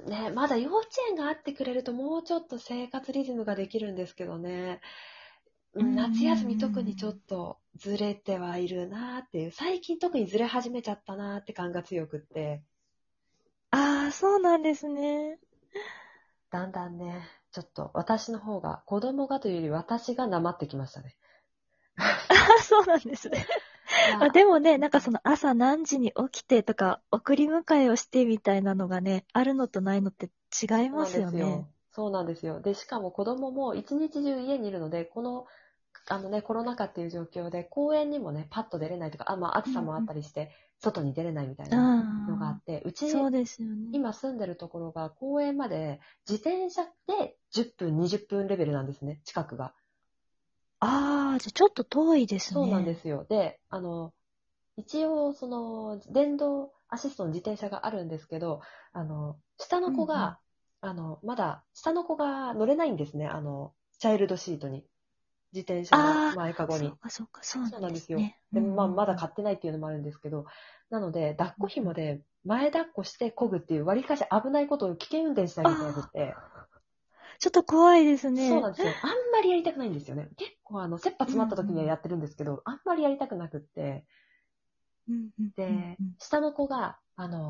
ね、まだ幼稚園があってくれるともうちょっと生活リズムができるんですけどね。夏休み特にちょっとずれてはいるなっていう、最近特にずれ始めちゃったなって感が強くって、 ああ、そうなんですね。 だんだんね、ちょっと私の方が、子供がというより私がなまってきましたね。 ああ、そうなんですね。 いや、 あ、でもね、なんかその朝何時に起きてとか、送り迎えをしてみたいなのがね、あるのとないのって違いまそうなんですよね。 すよ。そうなんですよ。で、しかも子供も一日中家にいるので、コロナ禍っていう状況で、公園にもね、パッと出れないとか、暑さもあっうんたりして、外に出れないみたいうん。 なのがあああ、 って、うち、 そうですよね。 今住んでるところが公園まで自転車で10分、20分レベルなんですね、近くが。 ああ、じゃあちょっと遠いですそうなんでね。 すよ。で、一応、電動アシストの自転車があるんですけど、下のうんうん。 子が、まだ、下の子が乗れないんですね、チャイルドシートに。自転車のああ、 前かごに。 そうかそうか、そうなそうんなんですよ。 ですね。うで、 んうんまだうん。 買ってないっていうのもあるんですけど、なので、抱っこうんうん、 紐で前抱っこして漕ぐっていう、割りかし危ないことを危険運転してあげてなくっあて、 あ、ちょっと怖いですね。 そうなんですよ。あんまりやりたくないんですよね。結構切羽うん詰まった時にはうん。 やってるんですけど、あんまりやりたくなくって、 うんうんうんで、 うん。 下の子が、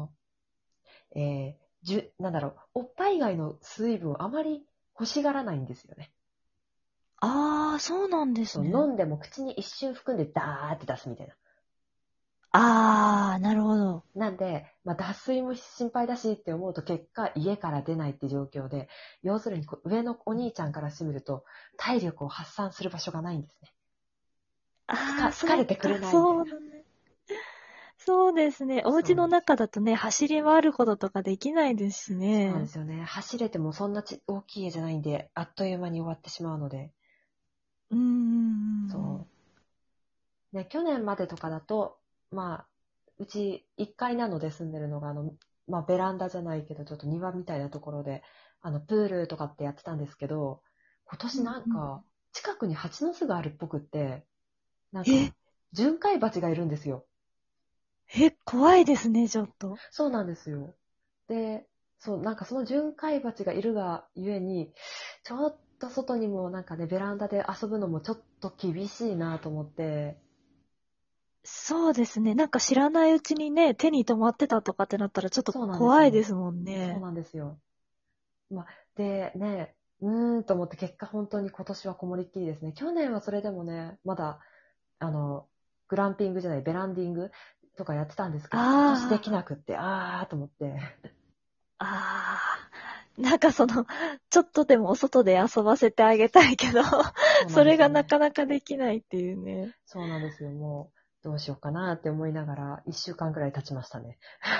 なんだろう、おっぱい以外の水分をあまり欲しがらないんですよね。 ああ、そうなんですそう、 ね。 飲んでも口に一瞬含んでダーって出すみたいな。 ああ、なるほど。 なんで、脱水も心配だしって思うと結果家から出ないって状況で、要するに上のお兄ちゃんからしてみると体力を発散する場所がないんですね。 ああ、 疲れてくれそうか、 ないみたいな。 そうだね。そうですね。お家のそうなんですよ。 中だとね、走り回ることとかできないですしそうなんでね。 すよね。走れてもそんな大きい家じゃないんで、あっという間に終わってしまうので。 うんうんうんうん。 そう。ね、去年までとかだと、うち1階なので住んでるのが、ベランダじゃないけど、ちょっと庭みたいなところで、プールとかってやってたんですけど、今年うんうん、 近くに蜂の巣があるっぽくって、なんえ、 か、巡回蜂がいるんですよ。 怖いですね、ちょっと。 そうなんですよ。で、そう、その巡回蜂がいるがゆえに、ちょっと外にもベランダで遊ぶのもちょっと厳しいなと思って、 そうですね。なんか知らないうちにね、手に止まってたとかってなったらちょっとそうなんですよ。 怖いですもんね。 そうなんですよ。でね、と思って結果本当に今年はこもりっきりですね。去年はそれでもね、まだ、あの、グランピングじゃない、ベランディングとかやってたんですけど、今年できあなくって、と思って。 あ、ああ。なんかその、ちょっとでもお外で遊ばせてあげたいけど、 そうなんそれですよね。 がなかなかできないっていうね。 そうなんですよ。もう、どうしようかなって思いながら、1週間くらい経ちましたね。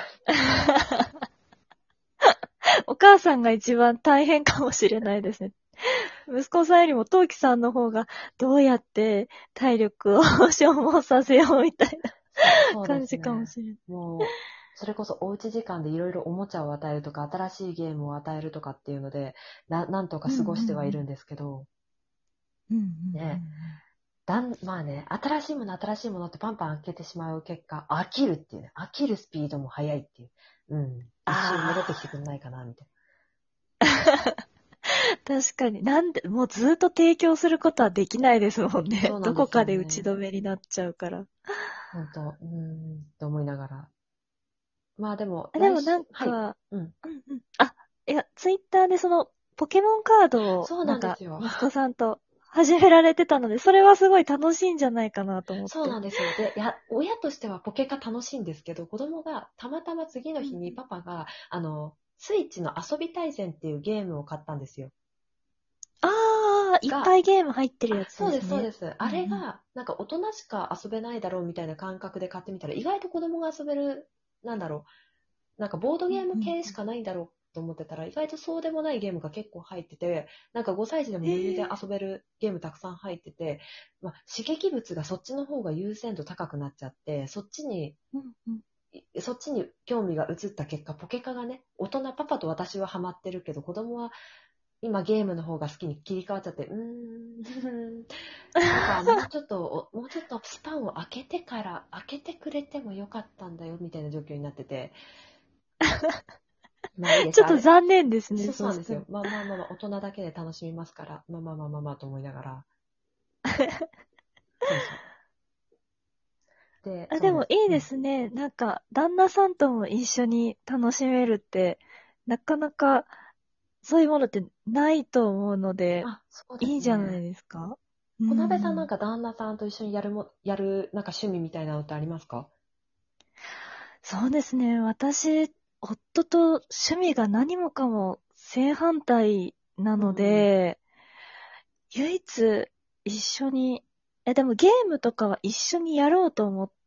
お母さんが一番大変かもしれないですね。息子さんよりもトウキさんの方がどうやって体力を消耗させようみたいなそうで感じかもすね。 しれない。 もう、それこそおうち時間でいろいろおもちゃを与えるとか、新しいゲームを与えるとかっていうので、なんとかうんうんう過ごしてはいるんん。 ですけど、 うんうんうんね、新しいもの新しいものってパンパン開けてしまう結果、飽きるっていうね、飽きるスピードも速いっていう。一周戻ってきてくんあないかな、みたいあ。確かに。もうずっと提供することはできないですもんな。そね。 うなんですどこかで打ちよね。 止めになっちゃうから。 本当、と思いながら。でも、 でもなんはい。 か、 うん。 うんうん。あ、いや、ツイッターでその、ポケモンカードを、 そうなんですよ。 息子さんと始められてたので、それはすごい楽しいんじゃないかなと思って。 そうなんですよ。で、親としてはポケカ楽しいんですけど、子供がたまたま次の日にうんうん、 パパが、スイッチの遊び大全っていうゲームを買ったんですよ。 ああ、いっぱいゲーム入ってるやつそうです、そうですね。 です。 うんうん、 あれが、大人しか遊べないだろうみたいな感覚で買ってみたら、意外と子供が遊べる、ボードゲームうんうんうん、 系しかないんだろうと思ってたら、意外とそうでもないゲームが結構入ってて、5歳児でも余裕でへえ。 遊べるゲームたくさん入ってて、刺激物がそっちの方が優先度高くなっちゃって、 うんうん、 そっちに興味が移った結果、ポケカがね、パパと私はハマってるけど、子供は今ゲームの方が好きに切り替わっちゃって、パパはもうちょっとスパンを開けてくれてもよかったんだよ、みたいな状況になってて、 まあいいです。 ちょっと残念ですね、 そうなんですよ。 そしたら。 大人だけで楽しみますから、と思いながら。そうそう。で、 あ、 そうです。 でもいいでうん。 すね。なんか、旦那さんとも一緒に楽しめるって、なかなか、そういうものってないと思うので、 あ、そうでいいんすね。 じゃないですか？う小鍋さんなんん。 か旦那さんと一緒にやる、なんか趣味みたいなのってありますか？ そうですね。私、夫と趣味が何もかも正反対なのうんうん。 で、唯一一緒に、でもゲームとかは一緒にやろうと思って、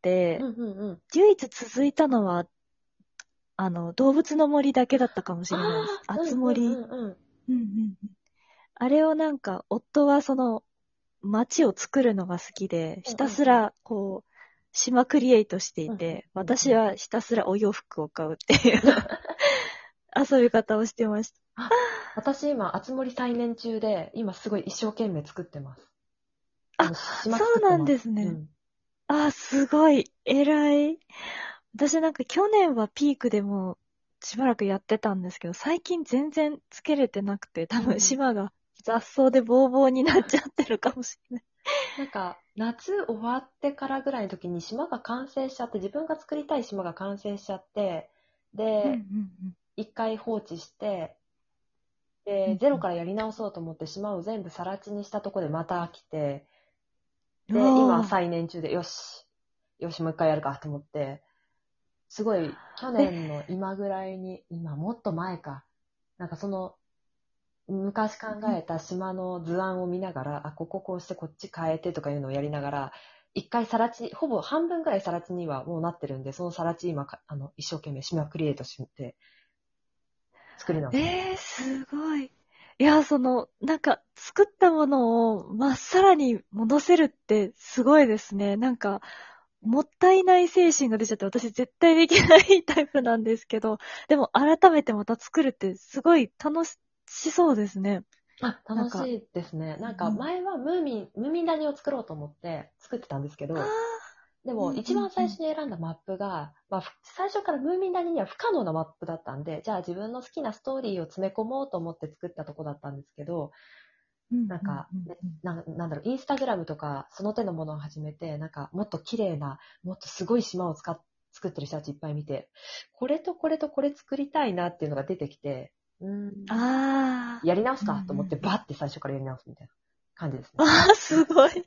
うんうんうん。 唯一続いたのは、動物の森だけだったかもあしれないです。 あ、うんうんうあつ森。 んうん。 うんうんうん。あれをなんか、夫はその、街を作るのが好きで、 うんひたうんうん。 すら、こう、島クリエイトしていうんて、 うんうんうん。 私はひたすらお洋服を買うっていう遊び方をしてました。 あ、私今、あつ森最年中で、今すごい一生懸命作ってます。 あ、 島そうなん作ってます。 ですね。 うん。 あ、すごい、偉い。私なんか去年はピークでもうしばらくやってたんですけど、最近全然つけれてなくて、多分うん。 島が雑草でボーボーになっちゃってるかもしれない。 なんか、夏終わってからぐらいの時に島が完成しちゃって、自分が作りたい島が完成しちゃって、 うんうで、 ん一回放置して、で、 うん。 ゼロからやり直そうと思って島を全部更地にしたところでまた飽きて、 うん。 で、今おー。 最年中で、よし、もう一回やるかと思って、すごい、去え、 年の今ぐらいに、今もっと前か、なんかその、昔考うん。 えた島の図案を見ながら、あ、こここうしてこっち変えてとかいうのをやりながら、一回さら地、ほぼ半分ぐらいさら地にはもうなってるんで、そのさら地今一生懸命島クリエイトして作り直してます。 すごい。いや、なんか、作ったものをまっさらに戻せるってすごいですね。なんか、もったいない精神が出ちゃって、私絶対できないタイプなんですけど、でも改めてまた作るってすごい楽しそうですね。 あ、 なんか、 楽しいですね。なんかうん。 前はムーミン谷を作ろうと思って作ってたんですけああ、 ど、でうんうも一番んうん。 最初に選んだマップが、まあ最初からムーミン谷には不可能なマップだったんで、じゃあ自分の好きなストーリーを詰め込もうと思って作ったとこだったんですけど、 うんうんなんか、 うんうん。 なんだろう、インスタグラムとか、その手のものを始めて、なんか、もっと綺麗な、もっとすごい島を作ってる人たちいっぱい見て、これとこれとこれ作りたいなっていうのが出てきて、 ああ、 やり直すうんうかと思って、 んうん。 バッて最初からやり直すみたいな感じですね。 ああ、すごい。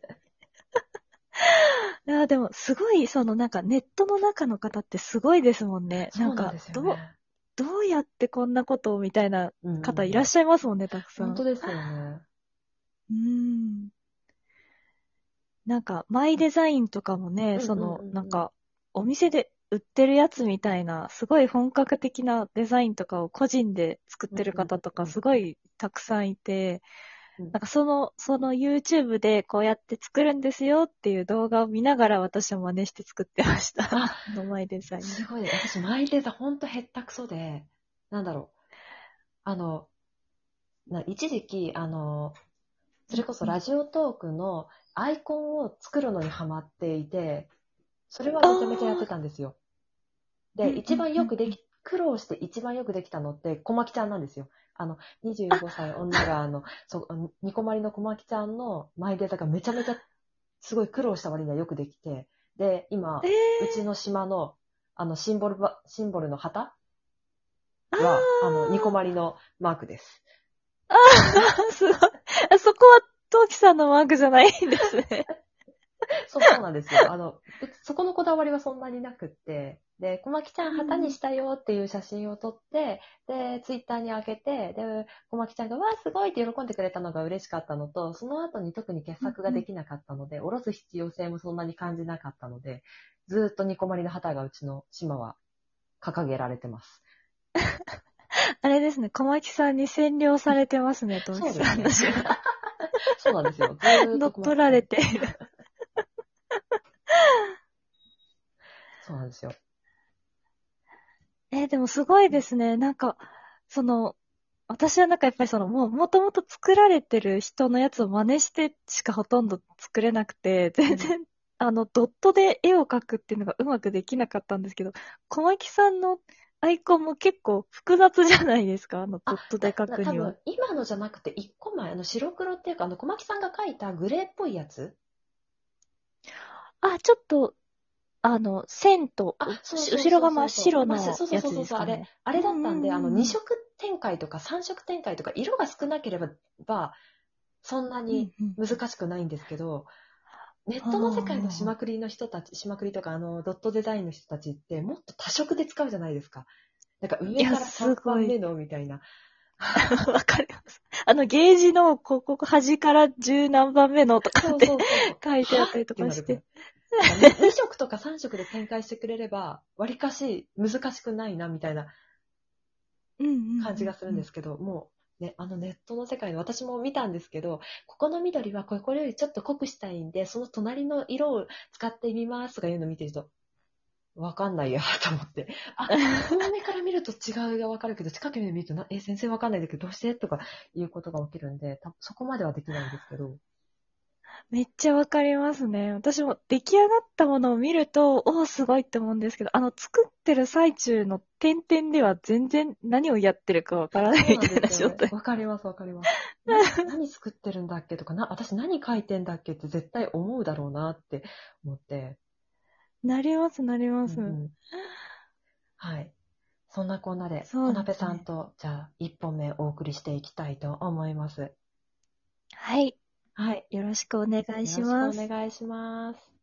いや、でも、すごい、なんか、ネットの中の方ってすごいですもんね。なんか、 そうなんですよね。 どうやってこんなことをみたいなうんうんうん。 方いらっしゃいますもんね、たくさん。 本当ですよね。 うーん。なんか、マイデザインとかもね、 うんうんうんうん。 なんか、お店で売ってるやつみたいな、すごい本格的なデザインとかを個人で作ってるうんうん方とか、 うんすごいたくさんいて、 うん。 なんかその YouTube でこうやって作るんですよっていう動画を見ながら私は真似して作ってました。 あ、 マイデザイン。 すごいね。私、マイデザほんとへったくそで、なんだろう。あの、一時期、それこそうん。 ラジオトークのアイコンを作るのにハマっていて、それはあめちゃめちゃやってあ、 たんですよ。 うで、 んうんうんうん。 苦労して一番よくできたのって、小牧ちゃんなんですよ。25歳女が、ニコマリの小牧ちゃんのマイデータがめちゃめちゃすごい苦労した割にはよくできて、で、今、 えうちのえ島の、シンボルの旗ー、あは、ニコあ、 マリのマークです。 ああ、すごい。あそこは、トウキさんのマークじゃないんですね。 そうなんですよ。そこのこだわりはそんなになくって、で、小牧ちゃん旗にしたよっていう写真を撮って、で、ツイッターに上げて、で、小牧ちゃんが、わーすごいって喜んでくれたのが嬉しかったのと、その後に特に傑作がうんうん。 できなかったので、下ろす必要性もそんなに感じなかったので、ずーっとニコマリの旗がうちの島は掲げられてます。 あれですね、小牧さんに占領されてますね、トウキさんのそうですね。 島。 そうなんですよ。ずーっ乗っと小牧さん。 取られている。 そうなんですよ。 でもすごいですね。なんか、その、私はなんかやっぱりもともと作られてる人のやつを真似してしかほとんど作れなくて、 うん。 全然、ドットで絵を描くっていうのがうまくできなかったんですけど、小牧さんのアイコンも結構複雑じゃないですか、ドットで書くには。 多分、今のじゃなくて一個前、白黒っていうか、小牧さんが書いたグレーっぽいやつ。 あ、ちょっと、線と、 そうそう後ろが真っそうそうそう。 白のそうそうやつそうそうそう、 ですかね。 あれだったんで、2 うん。 色展開とか3色展開とか、色が少なければ、そんなにうんうん。 難しくないんですけど、ネットの世界のあ島繰りの人たち、島繰りとかドットデザインの人たちってもっと多色で使うじゃないですか。なんかいや、 上から3 すごい。 番目のみたいな。 わかります。ゲージの、こ端から十何番目のとかそうってそうそうそう。 書いてあったりとはってなるから。 かして。 なんか2色とか3色で展開してくれれば、わりかし難しくないなみたいなうんうん感じがするんですけど、もうね、ネットの世界で私も見たんですけど、ここの緑はこれよりちょっと濃くしたいんで、その隣の色を使ってみますとかいうのを見てると、わかんないやと思って。遠目から見ると違いがわかるけど、近くで見ると全然わかんないんだけど、どうしてとかいうことが起きるんで、そこまではできないんですけど。 めっちゃわかりますね。私も出来上がったものを見ると、おー、すごいって思うんですけど、作ってる最中の点々では全然何をやってるかわからないそうなんみたいですよね。 な状態。 わかります、わかります。何作ってるんだっけとか、私何書いてんだっけって絶対思うだろうなって思って。 なります、なります。 うんうん。はい。そんなこんなで、 そこなべうですね。 さんと、じゃあ、1本目お送りしていきたいと思います。 はい。 はい。 よろしくお願いよろしくおします。 願いします。